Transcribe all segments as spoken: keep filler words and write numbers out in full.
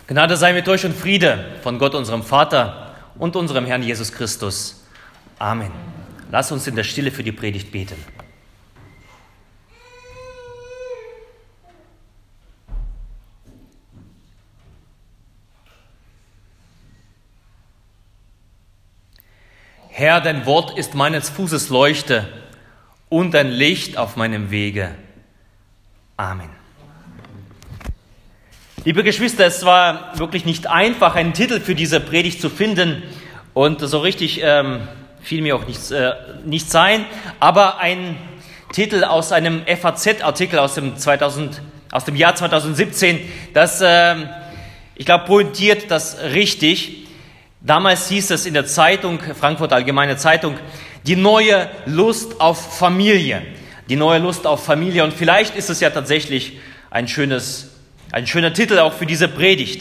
Gnade sei mit euch und Friede von Gott, unserem Vater und unserem Herrn Jesus Christus. Amen. Lass uns in der Stille für die Predigt beten. Herr, dein Wort ist meines Fußes Leuchte und ein Licht auf meinem Wege. Amen. Liebe Geschwister, es war wirklich nicht einfach, einen Titel für diese Predigt zu finden und so richtig ähm, fiel mir auch nichts, äh, nichts ein, aber ein Titel aus einem F A Z-Artikel aus dem, zweitausend, aus dem Jahr zweitausendsiebzehn, das, äh, ich glaube, pointiert das richtig. Damals hieß es in der Zeitung, Frankfurter Allgemeine Zeitung, die neue Lust auf Familie. Die neue Lust auf Familie. Und vielleicht ist es ja tatsächlich ein schönes, ein schöner Titel auch für diese Predigt.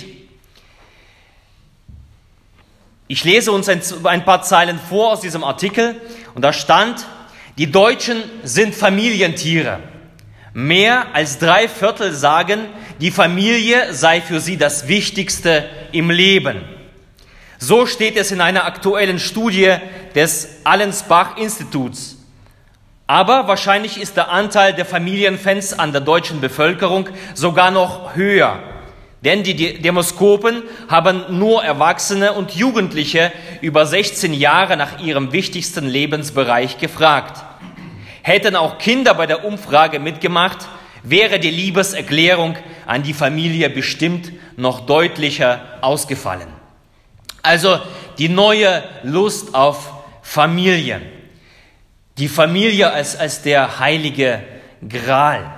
Ich lese uns ein, ein paar Zeilen vor aus diesem Artikel. Und da stand, die Deutschen sind Familientiere. Mehr als drei Viertel sagen, die Familie sei für sie das Wichtigste im Leben. So steht es in einer aktuellen Studie des Allensbach-Instituts. Aber wahrscheinlich ist der Anteil der Familienfans an der deutschen Bevölkerung sogar noch höher. Denn die Demoskopen haben nur Erwachsene und Jugendliche über sechzehn Jahre nach ihrem wichtigsten Lebensbereich gefragt. Hätten auch Kinder bei der Umfrage mitgemacht, wäre die Liebeserklärung an die Familie bestimmt noch deutlicher ausgefallen. Also die neue Lust auf Familie. Die Familie als, als der heilige Gral.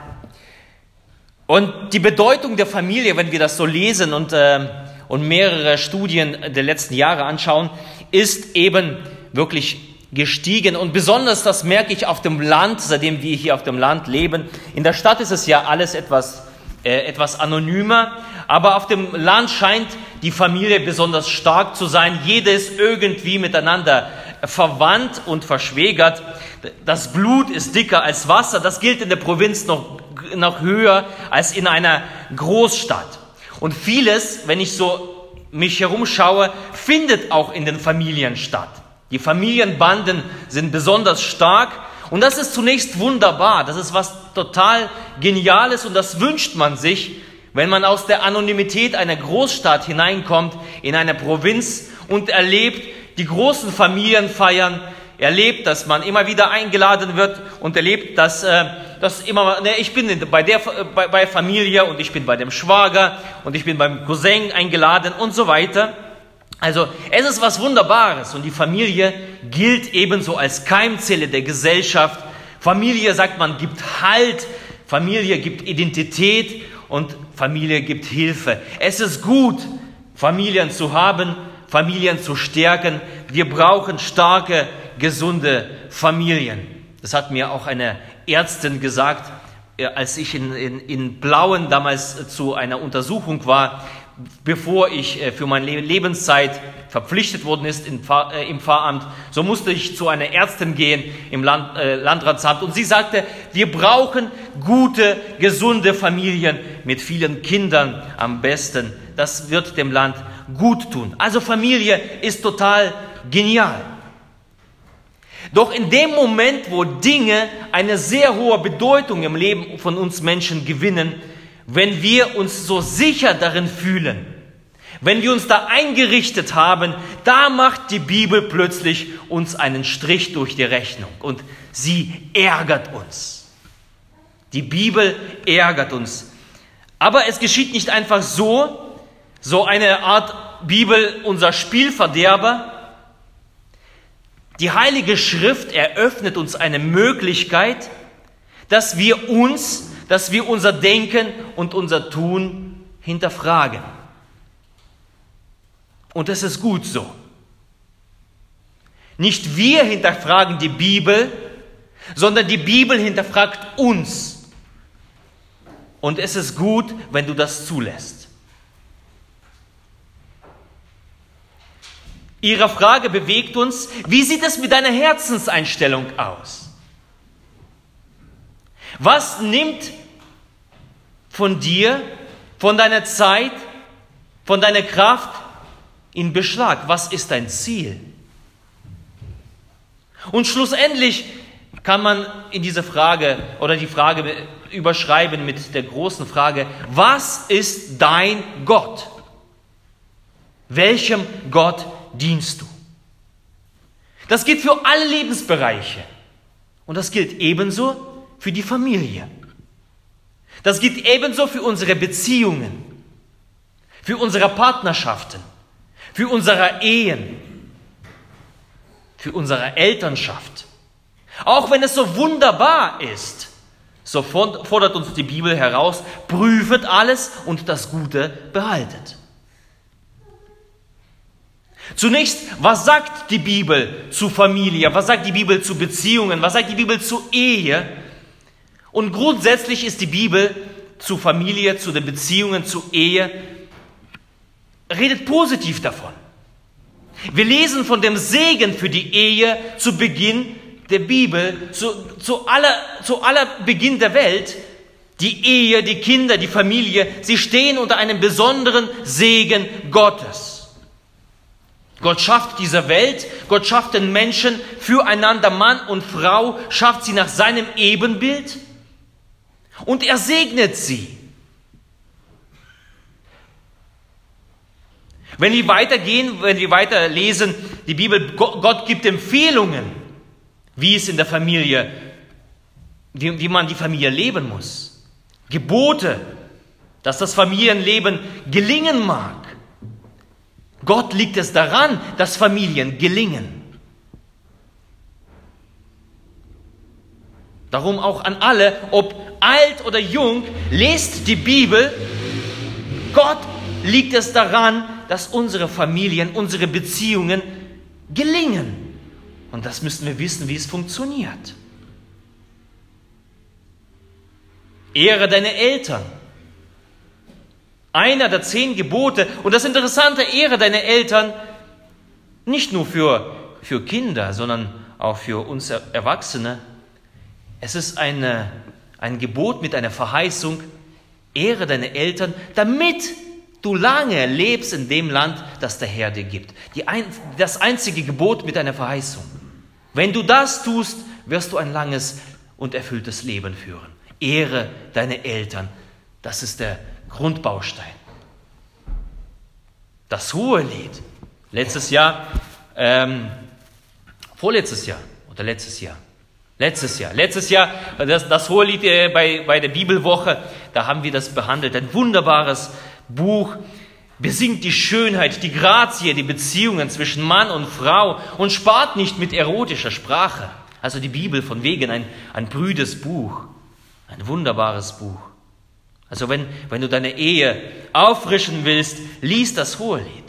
Und die Bedeutung der Familie, wenn wir das so lesen und, äh, und mehrere Studien der letzten Jahre anschauen, ist eben wirklich gestiegen. Und besonders das merke ich auf dem Land, seitdem wir hier auf dem Land leben. In der Stadt ist es ja alles etwas, äh, etwas anonymer. Aber auf dem Land scheint die Familie besonders stark zu sein. Jeder ist irgendwie miteinander verwandt und verschwägert. Das Blut ist dicker als Wasser. Das gilt in der Provinz noch, noch höher als in einer Großstadt. Und vieles, wenn ich so mich herumschaue, findet auch in den Familien statt. Die Familienbanden sind besonders stark. Und das ist zunächst wunderbar. Das ist was total Geniales und das wünscht man sich, wenn man aus der Anonymität einer Großstadt hineinkommt in eine Provinz und erlebt die großen Familienfeiern, erlebt, dass man immer wieder eingeladen wird und erlebt, dass, äh, dass immer, ne, ich bin bei der bei, bei Familie und ich bin bei dem Schwager und ich bin beim Cousin eingeladen und so weiter. Also es ist was Wunderbares und die Familie gilt ebenso als Keimzelle der Gesellschaft. Familie, sagt man, gibt Halt, Familie gibt Identität und Familie gibt Hilfe. Es ist gut, Familien zu haben, Familien zu stärken. Wir brauchen starke, gesunde Familien. Das hat mir auch eine Ärztin gesagt, als ich in, in, in Plauen damals zu einer Untersuchung war, bevor ich für meine Lebenszeit verpflichtet worden ist im Pfarramt. So musste ich zu einer Ärztin gehen im Land, äh, Landratsamt und sie sagte, wir brauchen gute, gesunde Familien mit vielen Kindern am besten. Das wird dem Land gut tun. Also Familie ist total genial. Doch in dem Moment, wo Dinge eine sehr hohe Bedeutung im Leben von uns Menschen gewinnen, wenn wir uns so sicher darin fühlen, wenn wir uns da eingerichtet haben, da macht die Bibel plötzlich uns einen Strich durch die Rechnung und sie ärgert uns. Die Bibel ärgert uns. Aber es geschieht nicht einfach so, so eine Art Bibel, unser Spielverderber. Die Heilige Schrift eröffnet uns eine Möglichkeit, dass wir uns dass wir unser Denken und unser Tun hinterfragen. Und das ist gut so. Nicht wir hinterfragen die Bibel, sondern die Bibel hinterfragt uns. Und es ist gut, wenn du das zulässt. Ihre Frage bewegt uns, wie sieht es mit deiner Herzenseinstellung aus? Was nimmt von dir, von deiner Zeit, von deiner Kraft in Beschlag. Was ist dein Ziel? Und schlussendlich kann man in diese Frage oder die Frage überschreiben mit der großen Frage, was ist dein Gott? Welchem Gott dienst du? Das gilt für alle Lebensbereiche und das gilt ebenso für die Familie. Das gilt ebenso für unsere Beziehungen, für unsere Partnerschaften, für unsere Ehen, für unsere Elternschaft. Auch wenn es so wunderbar ist, so fordert uns die Bibel heraus, prüfet alles und das Gute behaltet. Zunächst, was sagt die Bibel zu Familie? Was sagt die Bibel zu Beziehungen? Was sagt die Bibel zu Ehe? Und grundsätzlich ist die Bibel zu Familie, zu den Beziehungen, zu Ehe, redet positiv davon. Wir lesen von dem Segen für die Ehe zu Beginn der Bibel, zu, zu, aller, zu aller Beginn der Welt. Die Ehe, die Kinder, die Familie, sie stehen unter einem besonderen Segen Gottes. Gott schafft diese Welt, Gott schafft den Menschen füreinander, Mann und Frau, schafft sie nach seinem Ebenbild und er segnet sie. Wenn wir weitergehen, wenn wir weiterlesen, die Bibel, Gott gibt Empfehlungen, wie es in der Familie, wie, wie man die Familie leben muss. Gebote, dass das Familienleben gelingen mag. Gott liegt es daran, dass Familien gelingen. Darum auch an alle, ob alt oder jung, lest die Bibel. Gott liegt es daran, dass unsere Familien, unsere Beziehungen gelingen. Und das müssen wir wissen, wie es funktioniert. Ehre deine Eltern. Einer der zehn Gebote. Und das Interessante, ehre deine Eltern nicht nur für, für Kinder, sondern auch für uns Erwachsene. Es ist eine, ein Gebot mit einer Verheißung, ehre deine Eltern, damit du lange lebst in dem Land, das der Herr dir gibt. Die ein, das einzige Gebot mit einer Verheißung. Wenn du das tust, wirst du ein langes und erfülltes Leben führen. Ehre deine Eltern. Das ist der Grundbaustein. Das Hohelied. Letztes Jahr, ähm, vorletztes Jahr oder letztes Jahr. Letztes Jahr. Letztes Jahr, das, das Hohelied äh, bei, bei der Bibelwoche, da haben wir das behandelt. Ein wunderbares Buch besingt die Schönheit, die Grazie, die Beziehungen zwischen Mann und Frau und spart nicht mit erotischer Sprache. Also die Bibel von wegen ein, ein prüdes Buch, ein wunderbares Buch. Also wenn, wenn du deine Ehe auffrischen willst, lies das Hohelied.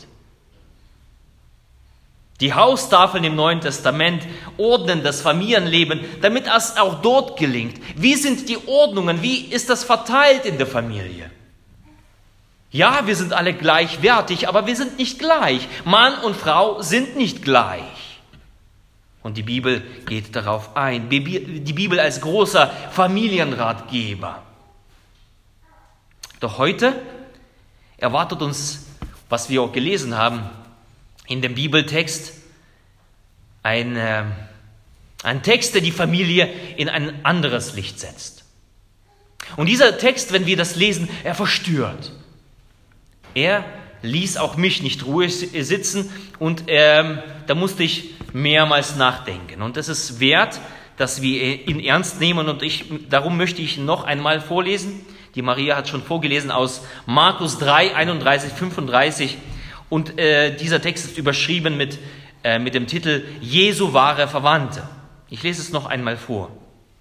Die Haustafeln im Neuen Testament ordnen das Familienleben, damit es auch dort gelingt. Wie sind die Ordnungen? Wie ist das verteilt in der Familie? Ja, wir sind alle gleichwertig, aber wir sind nicht gleich. Mann und Frau sind nicht gleich. Und die Bibel geht darauf ein. Die Bibel als großer Familienratgeber. Doch heute erwartet uns, was wir auch gelesen haben, in dem Bibeltext ein, äh, ein Text, der die Familie in ein anderes Licht setzt. Und dieser Text, wenn wir das lesen, er verstört. Er ließ auch mich nicht ruhig sitzen und ähm, da musste ich mehrmals nachdenken. Und es ist wert, dass wir ihn ernst nehmen und ich, darum möchte ich noch einmal vorlesen. Die Maria hat schon vorgelesen aus Markus drei, einunddreißig, fünfunddreißig. Und äh, dieser Text ist überschrieben mit, äh, mit dem Titel Jesu wahre Verwandte. Ich lese es noch einmal vor.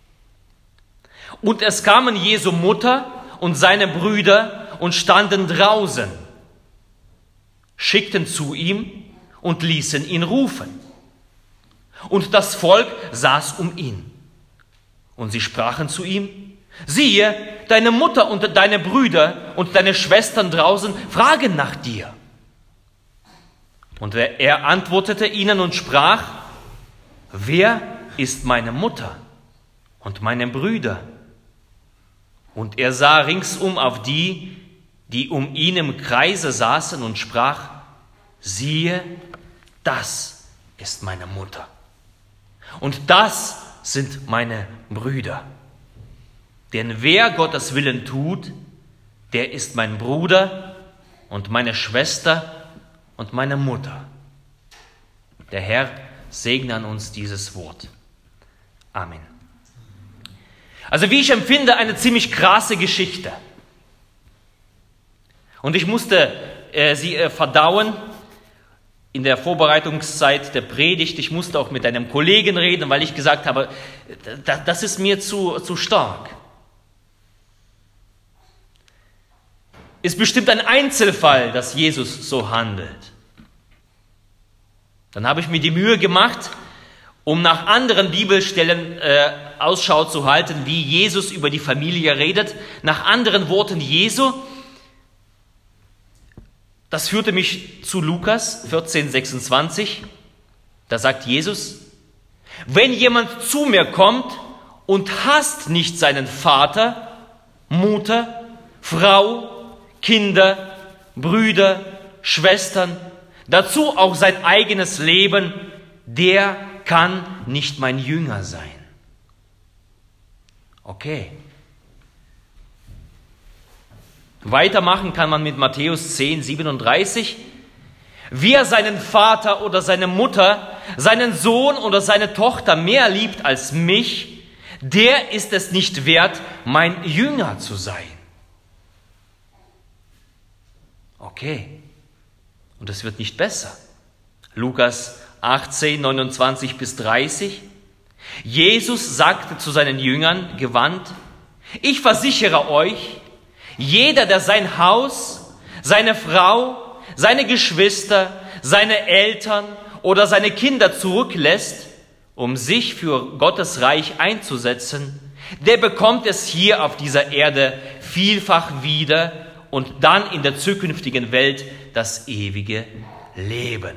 Und es kamen Jesu Mutter und seine Brüder und standen draußen, schickten zu ihm und ließen ihn rufen. Und das Volk saß um ihn. Und sie sprachen zu ihm, siehe, deine Mutter und deine Brüder und deine Schwestern draußen fragen nach dir. Und er antwortete ihnen und sprach, wer ist meine Mutter und meine Brüder? Und er sah ringsum auf die, die um ihn im Kreise saßen, und sprach: Siehe, das ist meine Mutter. Und das sind meine Brüder. Denn wer Gottes Willen tut, der ist mein Bruder und meine Schwester und meine Mutter. Der Herr segne an uns dieses Wort. Amen. Also wie ich empfinde, eine ziemlich krasse Geschichte. Und ich musste äh, sie äh, verdauen in der Vorbereitungszeit der Predigt. Ich musste auch mit einem Kollegen reden, weil ich gesagt habe, das ist mir zu, zu stark. Ist bestimmt ein Einzelfall, dass Jesus so handelt. Dann habe ich mir die Mühe gemacht, um nach anderen Bibelstellen äh, Ausschau zu halten, wie Jesus über die Familie redet, nach anderen Worten Jesu. Das führte mich zu Lukas vierzehn, sechsundzwanzig. Da sagt Jesus: Wenn jemand zu mir kommt und hasst nicht seinen Vater, Mutter, Frau, Kinder, Brüder, Schwestern, dazu auch sein eigenes Leben, der kann nicht mein Jünger sein. Okay. Weitermachen kann man mit Matthäus zehn, siebenunddreißig. Wer seinen Vater oder seine Mutter, seinen Sohn oder seine Tochter mehr liebt als mich, der ist es nicht wert, mein Jünger zu sein. Okay. Und es wird nicht besser. Lukas achtzehn, neunundzwanzig bis dreißig. Jesus sagte zu seinen Jüngern gewandt: Ich versichere euch, jeder, der sein Haus, seine Frau, seine Geschwister, seine Eltern oder seine Kinder zurücklässt, um sich für Gottes Reich einzusetzen, der bekommt es hier auf dieser Erde vielfach wieder und dann in der zukünftigen Welt das ewige Leben.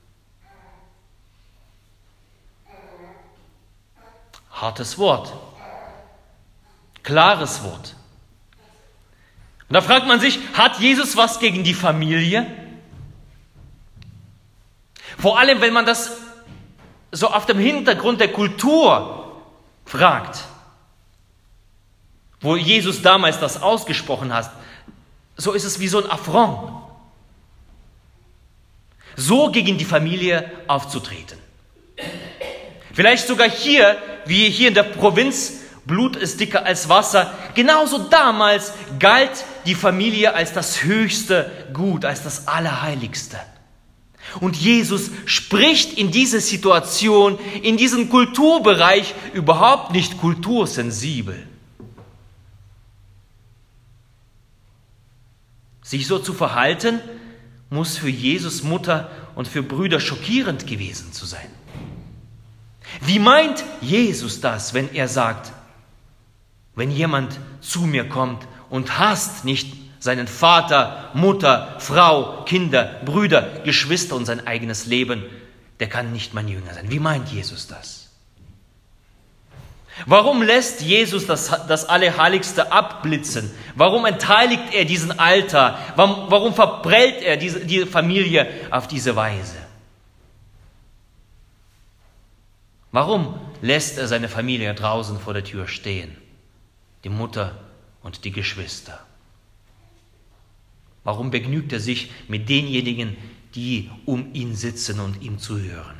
Hartes Wort, klares Wort. Und da fragt man sich, hat Jesus was gegen die Familie? Vor allem, wenn man das so auf dem Hintergrund der Kultur fragt, wo Jesus damals das ausgesprochen hat, so ist es wie so ein Affront, so gegen die Familie aufzutreten. Vielleicht sogar hier, wie hier in der Provinz, Blut ist dicker als Wasser. Genauso damals galt die Familie als das höchste Gut, als das Allerheiligste. Und Jesus spricht in dieser Situation, in diesem Kulturbereich überhaupt nicht kultursensibel. Sich so zu verhalten, muss für Jesus Mutter und für Brüder schockierend gewesen zu sein. Wie meint Jesus das, wenn er sagt, wenn jemand zu mir kommt und hasst nicht seinen Vater, Mutter, Frau, Kinder, Brüder, Geschwister und sein eigenes Leben, der kann nicht mein Jünger sein. Wie meint Jesus das? Warum lässt Jesus das, das Allerheiligste abblitzen? Warum entheiligt er diesen Altar? Warum, warum verprellt er diese, die Familie auf diese Weise? Warum lässt er seine Familie draußen vor der Tür stehen? Die Mutter und die Geschwister. Warum begnügt er sich mit denjenigen, die um ihn sitzen und ihm zuhören?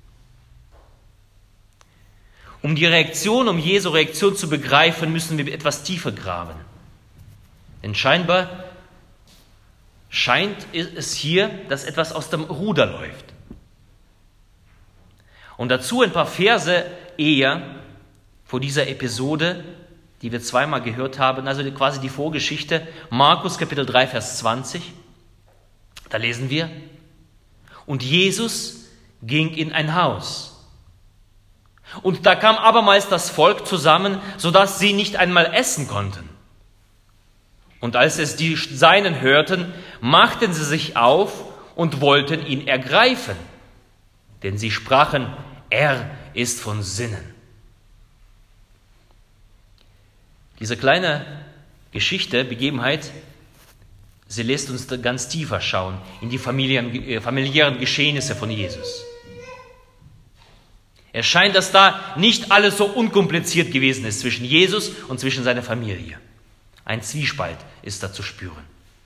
Um die Reaktion, um Jesu Reaktion zu begreifen, müssen wir etwas tiefer graben. Denn scheinbar scheint es hier, dass etwas aus dem Ruder läuft. Und dazu ein paar Verse eher vor dieser Episode, die wir zweimal gehört haben, also quasi die Vorgeschichte, Markus Kapitel drei, Vers zwanzig. Da lesen wir: Und Jesus ging in ein Haus. Und da kam abermals das Volk zusammen, sodass sie nicht einmal essen konnten. Und als es die Seinen hörten, machten sie sich auf und wollten ihn ergreifen. Denn sie sprachen, er ist von Sinnen. Diese kleine Geschichte, Begebenheit, Sie lässt uns ganz tiefer schauen in die Familien, familiären Geschehnisse von Jesus. Es scheint, dass da nicht alles so unkompliziert gewesen ist zwischen Jesus und zwischen seiner Familie. Ein Zwiespalt ist da zu spüren.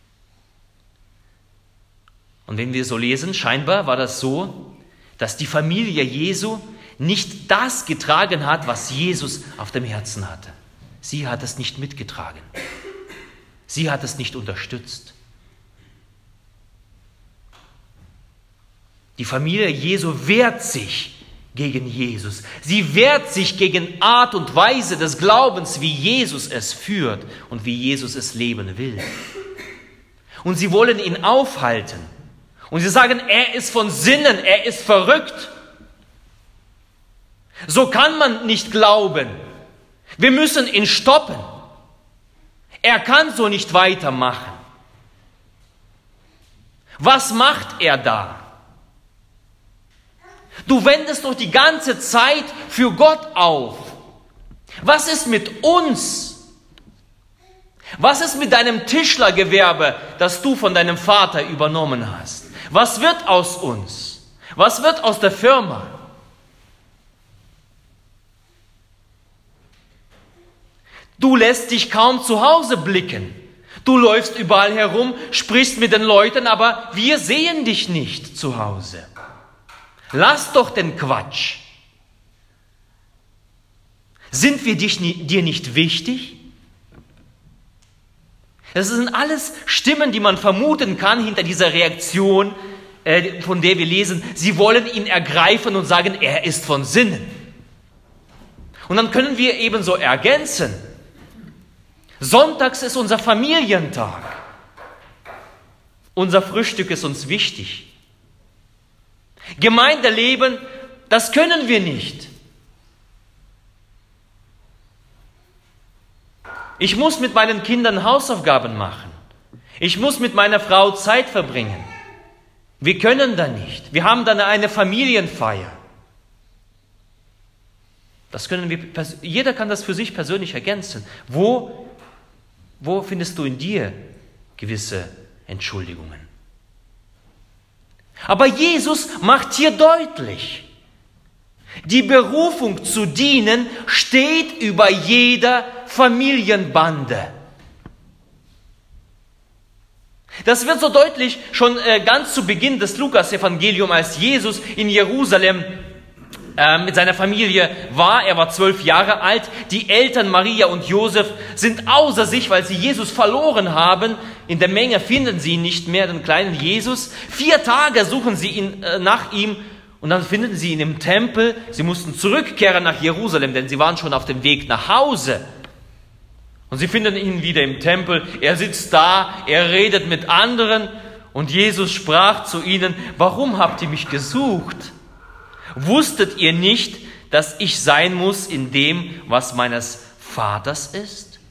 Und wenn wir so lesen, scheinbar war das so, dass die Familie Jesu nicht das getragen hat, was Jesus auf dem Herzen hatte. Sie hat es nicht mitgetragen. Sie hat es nicht unterstützt. Die Familie Jesu wehrt sich gegen Jesus. Sie wehrt sich gegen Art und Weise des Glaubens, wie Jesus es führt und wie Jesus es leben will. Und sie wollen ihn aufhalten. Und sie sagen, er ist von Sinnen, er ist verrückt. So kann man nicht glauben. Wir müssen ihn stoppen. Er kann so nicht weitermachen. Was macht er da? Du wendest doch die ganze Zeit für Gott auf. Was ist mit uns? Was ist mit deinem Tischlergewerbe, das du von deinem Vater übernommen hast? Was wird aus uns? Was wird aus der Firma? Du lässt dich kaum zu Hause blicken. Du läufst überall herum, sprichst mit den Leuten, aber wir sehen dich nicht zu Hause. Lass doch den Quatsch. Sind wir dich, dir nicht wichtig? Das sind alles Stimmen, die man vermuten kann hinter dieser Reaktion, äh, von der wir lesen. Sie wollen ihn ergreifen und sagen, er ist von Sinnen. Und dann können wir ebenso ergänzen. Sonntags ist unser Familientag. Unser Frühstück ist uns wichtig. Gemeindeleben, das können wir nicht. Ich muss mit meinen Kindern Hausaufgaben machen. Ich muss mit meiner Frau Zeit verbringen. Wir können da nicht. Wir haben dann eine Familienfeier. Das können wir, jeder kann das für sich persönlich ergänzen. Wo, wo findest du in dir gewisse Entschuldigungen? Aber Jesus macht hier deutlich, die Berufung zu dienen steht über jeder Familienbande. Das wird so deutlich schon äh, ganz zu Beginn des Lukas-Evangeliums, als Jesus in Jerusalem äh, mit seiner Familie war. Er war zwölf Jahre alt. Die Eltern Maria und Josef sind außer sich, weil sie Jesus verloren haben. In der Menge finden sie ihn nicht mehr, den kleinen Jesus. Vier Tage suchen sie ihn, äh, nach ihm. Und dann finden sie ihn im Tempel. Sie mussten zurückkehren nach Jerusalem, denn sie waren schon auf dem Weg nach Hause. Und sie finden ihn wieder im Tempel. Er sitzt da, er redet mit anderen. Und Jesus sprach zu ihnen, warum habt ihr mich gesucht? Wusstet ihr nicht, dass ich sein muss in dem, was meines Vaters ist?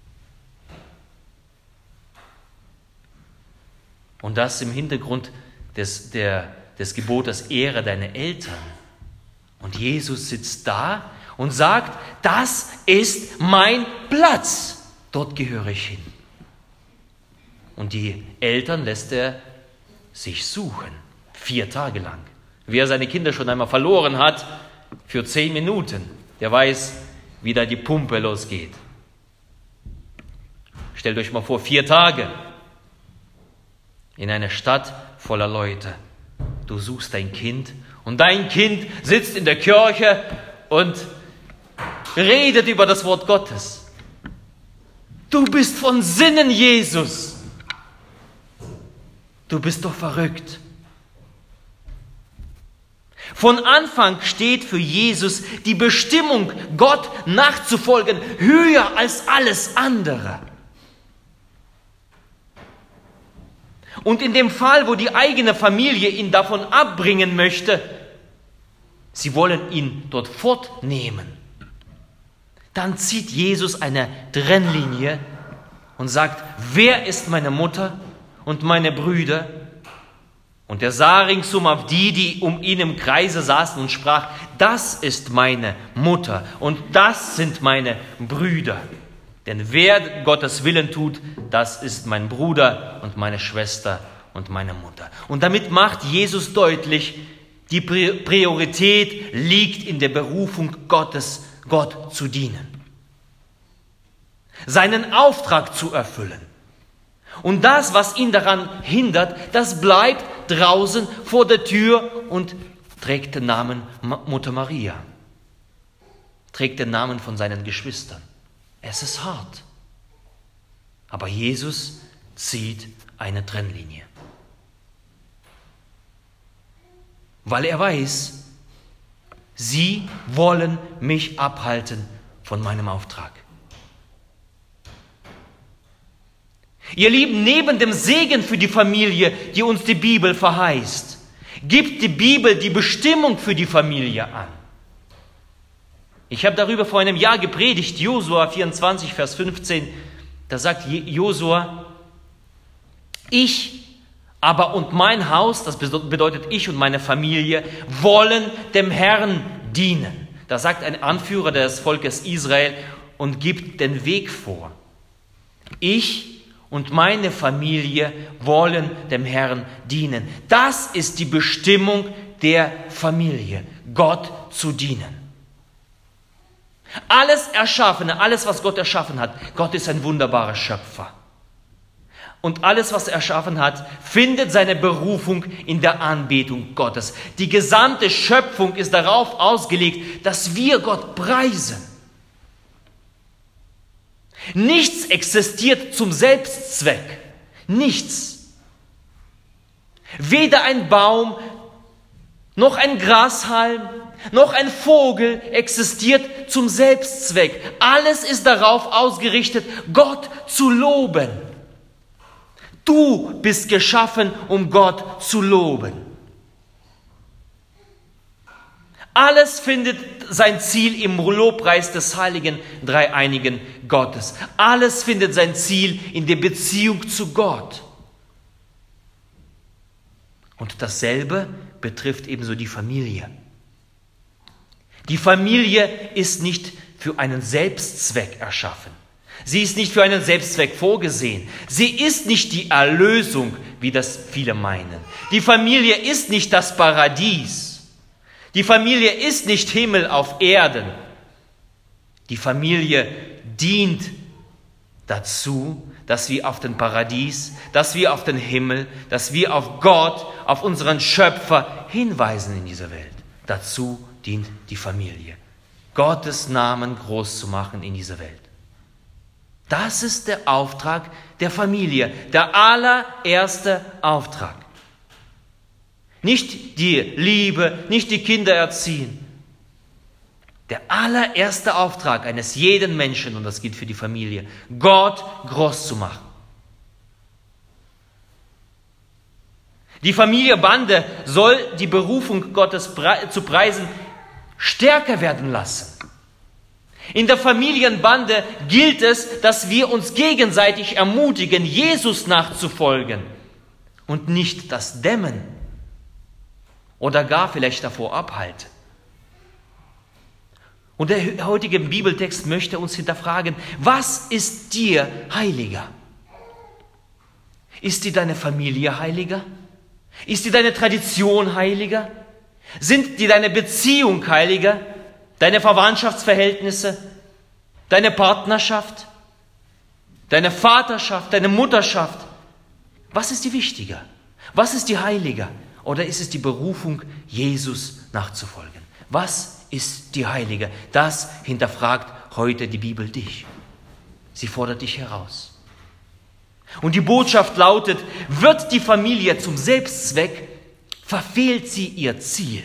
Und das im Hintergrund des, der des Gebotes, ehre deine Eltern. Und Jesus sitzt da und sagt, das ist mein Platz. Dort gehöre ich hin. Und die Eltern lässt er sich suchen. Vier Tage lang. Wer seine Kinder schon einmal verloren hat, für zehn Minuten, der weiß, wie da die Pumpe losgeht. Stellt euch mal vor, vier Tage in einer Stadt voller Leute. Du suchst dein Kind und dein Kind sitzt in der Kirche und redet über das Wort Gottes. Du bist von Sinnen, Jesus. Du bist doch verrückt. Von Anfang steht für Jesus die Bestimmung, Gott nachzufolgen, höher als alles andere. Und in dem Fall, wo die eigene Familie ihn davon abbringen möchte, sie wollen ihn dort fortnehmen, dann zieht Jesus eine Trennlinie und sagt, wer ist meine Mutter und meine Brüder? Und er sah ringsum auf die, die um ihn im Kreise saßen und sprach, das ist meine Mutter und das sind meine Brüder. Denn wer Gottes Willen tut, das ist mein Bruder und meine Schwester und meine Mutter. Und damit macht Jesus deutlich, die Priorität liegt in der Berufung Gottes, Gott zu dienen. Seinen Auftrag zu erfüllen. Und das, was ihn daran hindert, das bleibt draußen vor der Tür und trägt den Namen Mutter Maria. Trägt den Namen von seinen Geschwistern. Es ist hart. Aber Jesus zieht eine Trennlinie. Weil er weiß, sie wollen mich abhalten von meinem Auftrag. Ihr Lieben, neben dem Segen für die Familie, die uns die Bibel verheißt, gibt die Bibel die Bestimmung für die Familie an. Ich habe darüber vor einem Jahr gepredigt, Josua vierundzwanzig, Vers fünfzehn, da sagt Josua, ich aber und mein Haus, das bedeutet ich und meine Familie, wollen dem Herrn dienen. Da sagt ein Anführer des Volkes Israel und gibt den Weg vor. Ich und meine Familie wollen dem Herrn dienen. Das ist die Bestimmung der Familie, Gott zu dienen. Alles Erschaffene, alles, was Gott erschaffen hat, Gott ist ein wunderbarer Schöpfer. Und alles, was er erschaffen hat, findet seine Berufung in der Anbetung Gottes. Die gesamte Schöpfung ist darauf ausgelegt, dass wir Gott preisen. Nichts existiert zum Selbstzweck. Nichts. Weder ein Baum, noch ein Grashalm, noch ein Vogel existiert zum Selbstzweck. Alles ist darauf ausgerichtet, Gott zu loben. Du bist geschaffen, um Gott zu loben. Alles findet sein Ziel im Lobpreis des heiligen, dreieinigen Gottes. Alles findet sein Ziel in der Beziehung zu Gott. Und dasselbe betrifft ebenso die Familie. Die Familie ist nicht für einen Selbstzweck erschaffen. Sie ist nicht für einen Selbstzweck vorgesehen. Sie ist nicht die Erlösung, wie das viele meinen. Die Familie ist nicht das Paradies. Die Familie ist nicht Himmel auf Erden. Die Familie dient dazu, dass wir auf den Paradies, dass wir auf den Himmel, dass wir auf Gott, auf unseren Schöpfer hinweisen in dieser Welt. Dazu dient die Familie. Gottes Namen groß zu machen in dieser Welt. Das ist der Auftrag der Familie, der allererste Auftrag. Nicht die Liebe, nicht die Kinder erziehen. Der allererste Auftrag eines jeden Menschen, und das gilt für die Familie, Gott groß zu machen. Die Familienbande soll die Berufung Gottes zu preisen stärker werden lassen. In der Familienbande gilt es, dass wir uns gegenseitig ermutigen, Jesus nachzufolgen und nicht das Dämmen oder gar vielleicht davor abhalten. Und der heutige Bibeltext möchte uns hinterfragen, was ist dir heiliger? Ist dir deine Familie heiliger? Ist dir deine Tradition heiliger? Sind dir deine Beziehung heiliger? Deine Verwandtschaftsverhältnisse? Deine Partnerschaft? Deine Vaterschaft? Deine Mutterschaft? Was ist dir wichtiger? Was ist dir heiliger? Oder ist es die Berufung, Jesus nachzufolgen? Was ist dir heiliger? Das hinterfragt heute die Bibel dich. Sie fordert dich heraus. Und die Botschaft lautet, wird die Familie zum Selbstzweck, verfehlt sie ihr Ziel.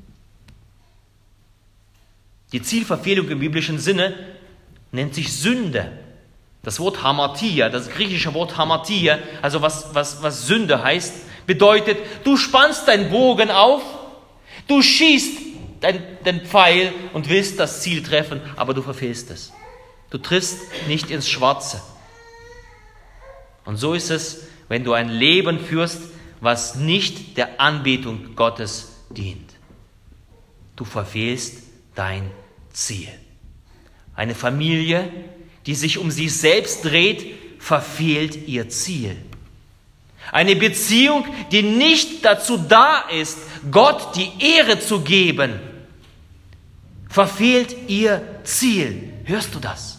Die Zielverfehlung im biblischen Sinne nennt sich Sünde. Das Wort Hamartia, das griechische Wort Hamartia, also was, was, was Sünde heißt, bedeutet, du spannst deinen Bogen auf, du schießt den, den Pfeil und willst das Ziel treffen, aber du verfehlst es. Du triffst nicht ins Schwarze. Und so ist es, wenn du ein Leben führst, was nicht der Anbetung Gottes dient. Du verfehlst dein Ziel. Eine Familie die sich um sich selbst dreht, verfehlt ihr Ziel. Eine Beziehung, die nicht dazu da ist, Gott die Ehre zu geben, verfehlt ihr Ziel. Hörst du das?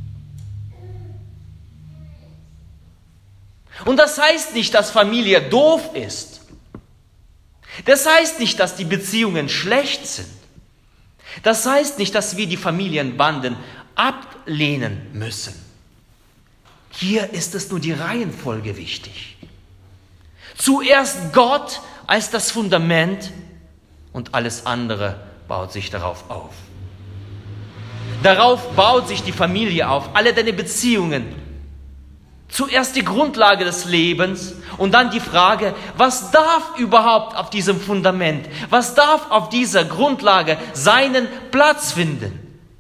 Und das heißt nicht, dass Familie doof ist. Das heißt nicht, dass die Beziehungen schlecht sind. Das heißt nicht, dass wir die Familienbanden ablehnen müssen. Hier ist es nur die Reihenfolge wichtig. Zuerst Gott als das Fundament und alles andere baut sich darauf auf. Darauf baut sich die Familie auf, alle deine Beziehungen. Zuerst die Grundlage des Lebens und dann die Frage, was darf überhaupt auf diesem Fundament, was darf auf dieser Grundlage seinen Platz finden?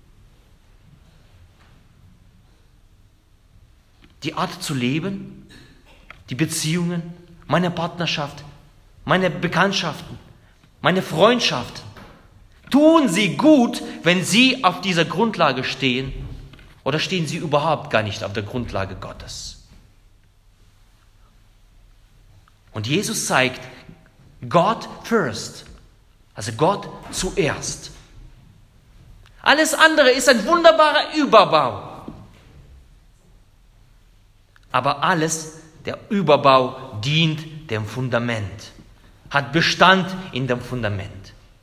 Die Art zu leben, die Beziehungen, meine Partnerschaft, meine Bekanntschaften, meine Freundschaften. Tun sie gut, wenn sie auf dieser Grundlage stehen, oder stehen sie überhaupt gar nicht auf der Grundlage Gottes? Und Jesus zeigt, God first, also Gott zuerst. Alles andere ist ein wunderbarer Überbau. Aber alles, der Überbau dient dem Fundament, hat Bestand in dem Fundament.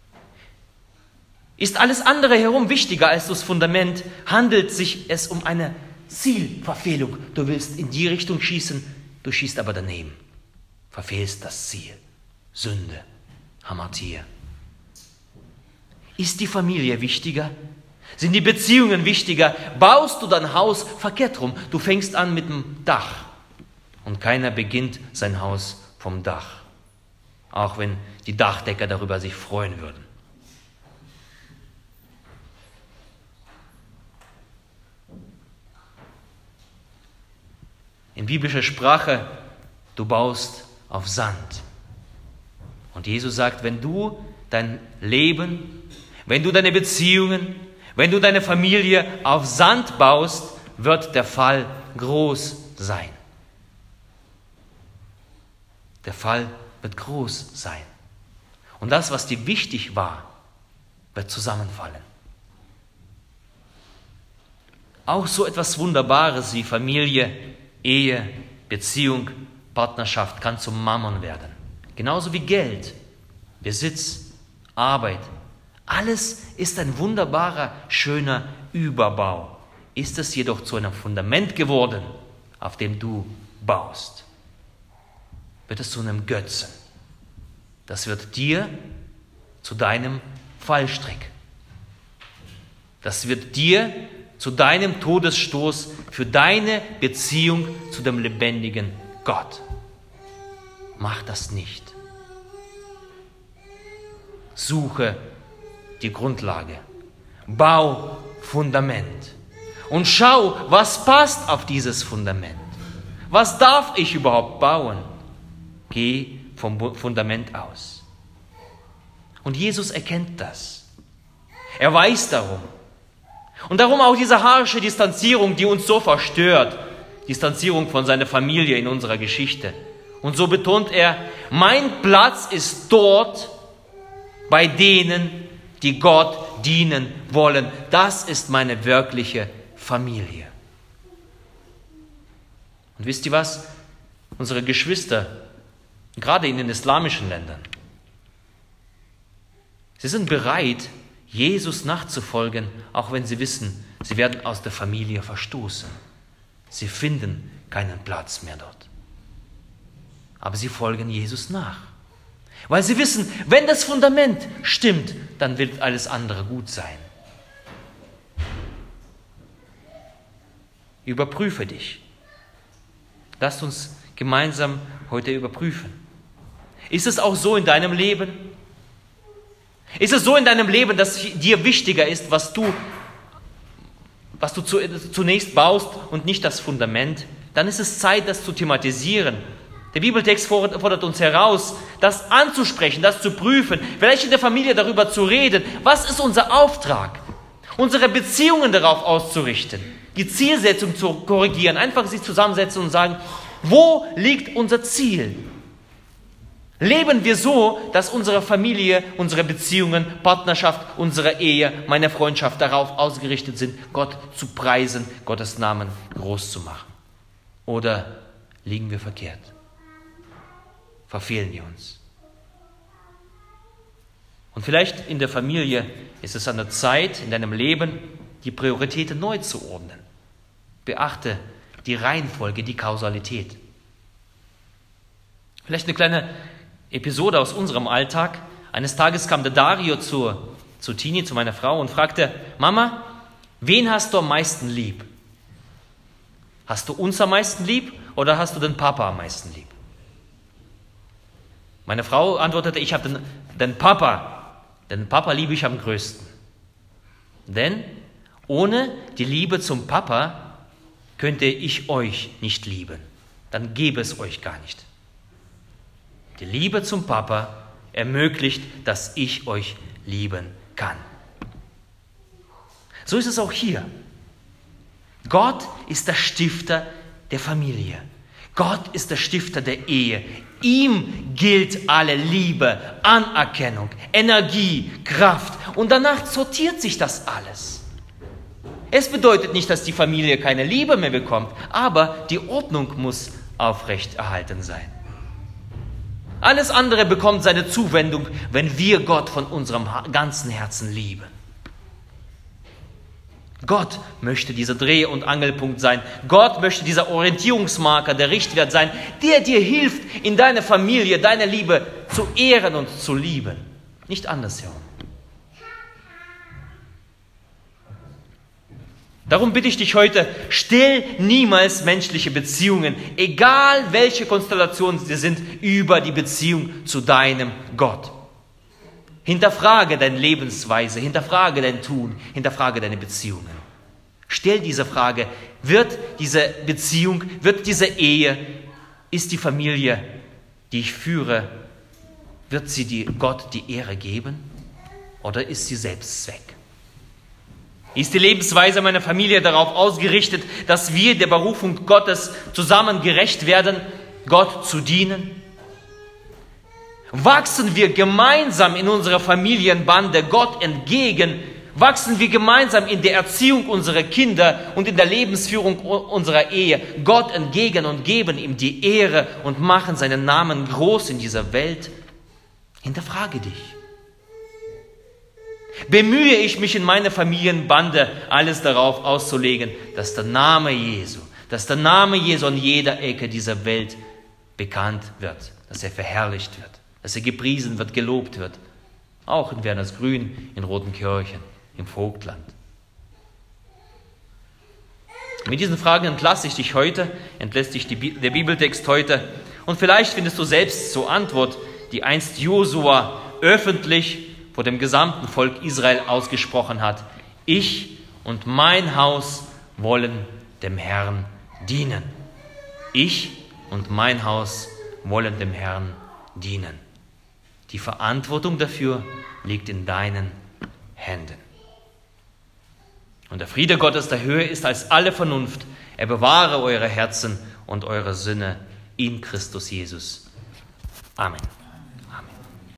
Ist alles andere herum wichtiger als das Fundament, handelt sich es um eine Zielverfehlung. Du willst in die Richtung schießen, du schießt aber daneben. Verfehlst das Ziel. Sünde, Hamartia. Ist die Familie wichtiger? Sind die Beziehungen wichtiger? Baust du dein Haus verkehrt rum? Du fängst an mit dem Dach und keiner beginnt sein Haus vom Dach. Auch wenn die Dachdecker darüber sich freuen würden. In biblischer Sprache, du baust auf Sand. Und Jesus sagt, wenn du dein Leben, wenn du deine Beziehungen, wenn du deine Familie auf Sand baust, wird der Fall groß sein. Der Fall wird groß sein. Und das, was dir wichtig war, wird zusammenfallen. Auch so etwas Wunderbares wie Familie, Ehe, Beziehung, Partnerschaft kann zum Mammon werden. Genauso wie Geld, Besitz, Arbeit. Alles ist ein wunderbarer, schöner Überbau. Ist es jedoch zu einem Fundament geworden, auf dem du baust, wird es zu einem Götzen. Das wird dir zu deinem Fallstrick. Das wird dir zu deinem Todesstoß für deine Beziehung zu dem lebendigen Gott. Mach das nicht. Suche die Grundlage. Bau Fundament. Und schau, was passt auf dieses Fundament. Was darf ich überhaupt bauen? Geh vom Fundament aus. Und Jesus erkennt das. Er weiß darum. Und darum auch diese harsche Distanzierung, die uns so verstört. Distanzierung von seiner Familie in unserer Geschichte. Und so betont er, mein Platz ist dort bei denen, die Gott dienen wollen. Das ist meine wirkliche Familie. Und wisst ihr was? Unsere Geschwister, gerade in den islamischen Ländern, sie sind bereit, Jesus nachzufolgen, auch wenn sie wissen, sie werden aus der Familie verstoßen. Sie finden keinen Platz mehr dort. Aber sie folgen Jesus nach. Weil sie wissen, wenn das Fundament stimmt, dann wird alles andere gut sein. Überprüfe dich. Lasst uns gemeinsam heute überprüfen. Ist es auch so in deinem Leben? Ist es so in deinem Leben, dass dir wichtiger ist, was du, was du zunächst baust und nicht das Fundament? Dann ist es Zeit, das zu thematisieren. Der Bibeltext fordert uns heraus, das anzusprechen, das zu prüfen, vielleicht in der Familie darüber zu reden. Was ist unser Auftrag? Unsere Beziehungen darauf auszurichten, die Zielsetzung zu korrigieren, einfach sich zusammensetzen und sagen, wo liegt unser Ziel? Leben wir so, dass unsere Familie, unsere Beziehungen, Partnerschaft, unsere Ehe, meine Freundschaft darauf ausgerichtet sind, Gott zu preisen, Gottes Namen groß zu machen? Oder liegen wir verkehrt? Verfehlen wir uns? Und vielleicht in der Familie ist es an der Zeit, in deinem Leben die Prioritäten neu zu ordnen. Beachte die Reihenfolge, die Kausalität. Vielleicht eine kleine Episode aus unserem Alltag. Eines Tages kam der Dario zu, zu Tini, zu meiner Frau, und fragte, Mama, wen hast du am meisten lieb? Hast du uns am meisten lieb oder hast du den Papa am meisten lieb? Meine Frau antwortete, ich habe den, den Papa, den Papa liebe ich am größten. Denn ohne die Liebe zum Papa könnte ich euch nicht lieben. Dann gäbe es euch gar nicht. Die Liebe zum Papa ermöglicht, dass ich euch lieben kann. So ist es auch hier. Gott ist der Stifter der Familie. Gott ist der Stifter der Ehe. Ihm gilt alle Liebe, Anerkennung, Energie, Kraft. Und danach sortiert sich das alles. Es bedeutet nicht, dass die Familie keine Liebe mehr bekommt, aber die Ordnung muss aufrechterhalten sein. Alles andere bekommt seine Zuwendung, wenn wir Gott von unserem ganzen Herzen lieben. Gott möchte dieser Dreh- und Angelpunkt sein. Gott möchte dieser Orientierungsmarker, der Richtwert sein, der dir hilft, in deiner Familie deine Liebe zu ehren und zu lieben. Nicht andersherum. Darum bitte ich dich heute, stell niemals menschliche Beziehungen, egal welche Konstellationen sie sind, über die Beziehung zu deinem Gott. Hinterfrage deine Lebensweise, hinterfrage dein Tun, hinterfrage deine Beziehungen. Stell diese Frage, wird diese Beziehung, wird diese Ehe, ist die Familie, die ich führe, wird sie die Gott die Ehre geben oder ist sie Selbstzweck? Ist die Lebensweise meiner Familie darauf ausgerichtet, dass wir der Berufung Gottes zusammen gerecht werden, Gott zu dienen? Wachsen wir gemeinsam in unserer Familienbande Gott entgegen? Wachsen wir gemeinsam in der Erziehung unserer Kinder und in der Lebensführung unserer Ehe Gott entgegen und geben ihm die Ehre und machen seinen Namen groß in dieser Welt? Hinterfrage dich. Bemühe ich mich in meiner Familienbande, alles darauf auszulegen, dass der Name Jesu, dass der Name Jesu an jeder Ecke dieser Welt bekannt wird, dass er verherrlicht wird, dass er gepriesen wird, gelobt wird, auch in Wernersgrün, in Rotenkirchen, im Vogtland. Mit diesen Fragen entlasse ich dich heute, entlässt dich die, der Bibeltext heute und vielleicht findest du selbst zur Antwort, die einst Josua öffentlich vor dem gesamten Volk Israel ausgesprochen hat. Ich und mein Haus wollen dem Herrn dienen. Ich und mein Haus wollen dem Herrn dienen. Die Verantwortung dafür liegt in deinen Händen. Und der Friede Gottes, der höher ist als alle Vernunft, er bewahre eure Herzen und eure Sinne in Christus Jesus. Amen.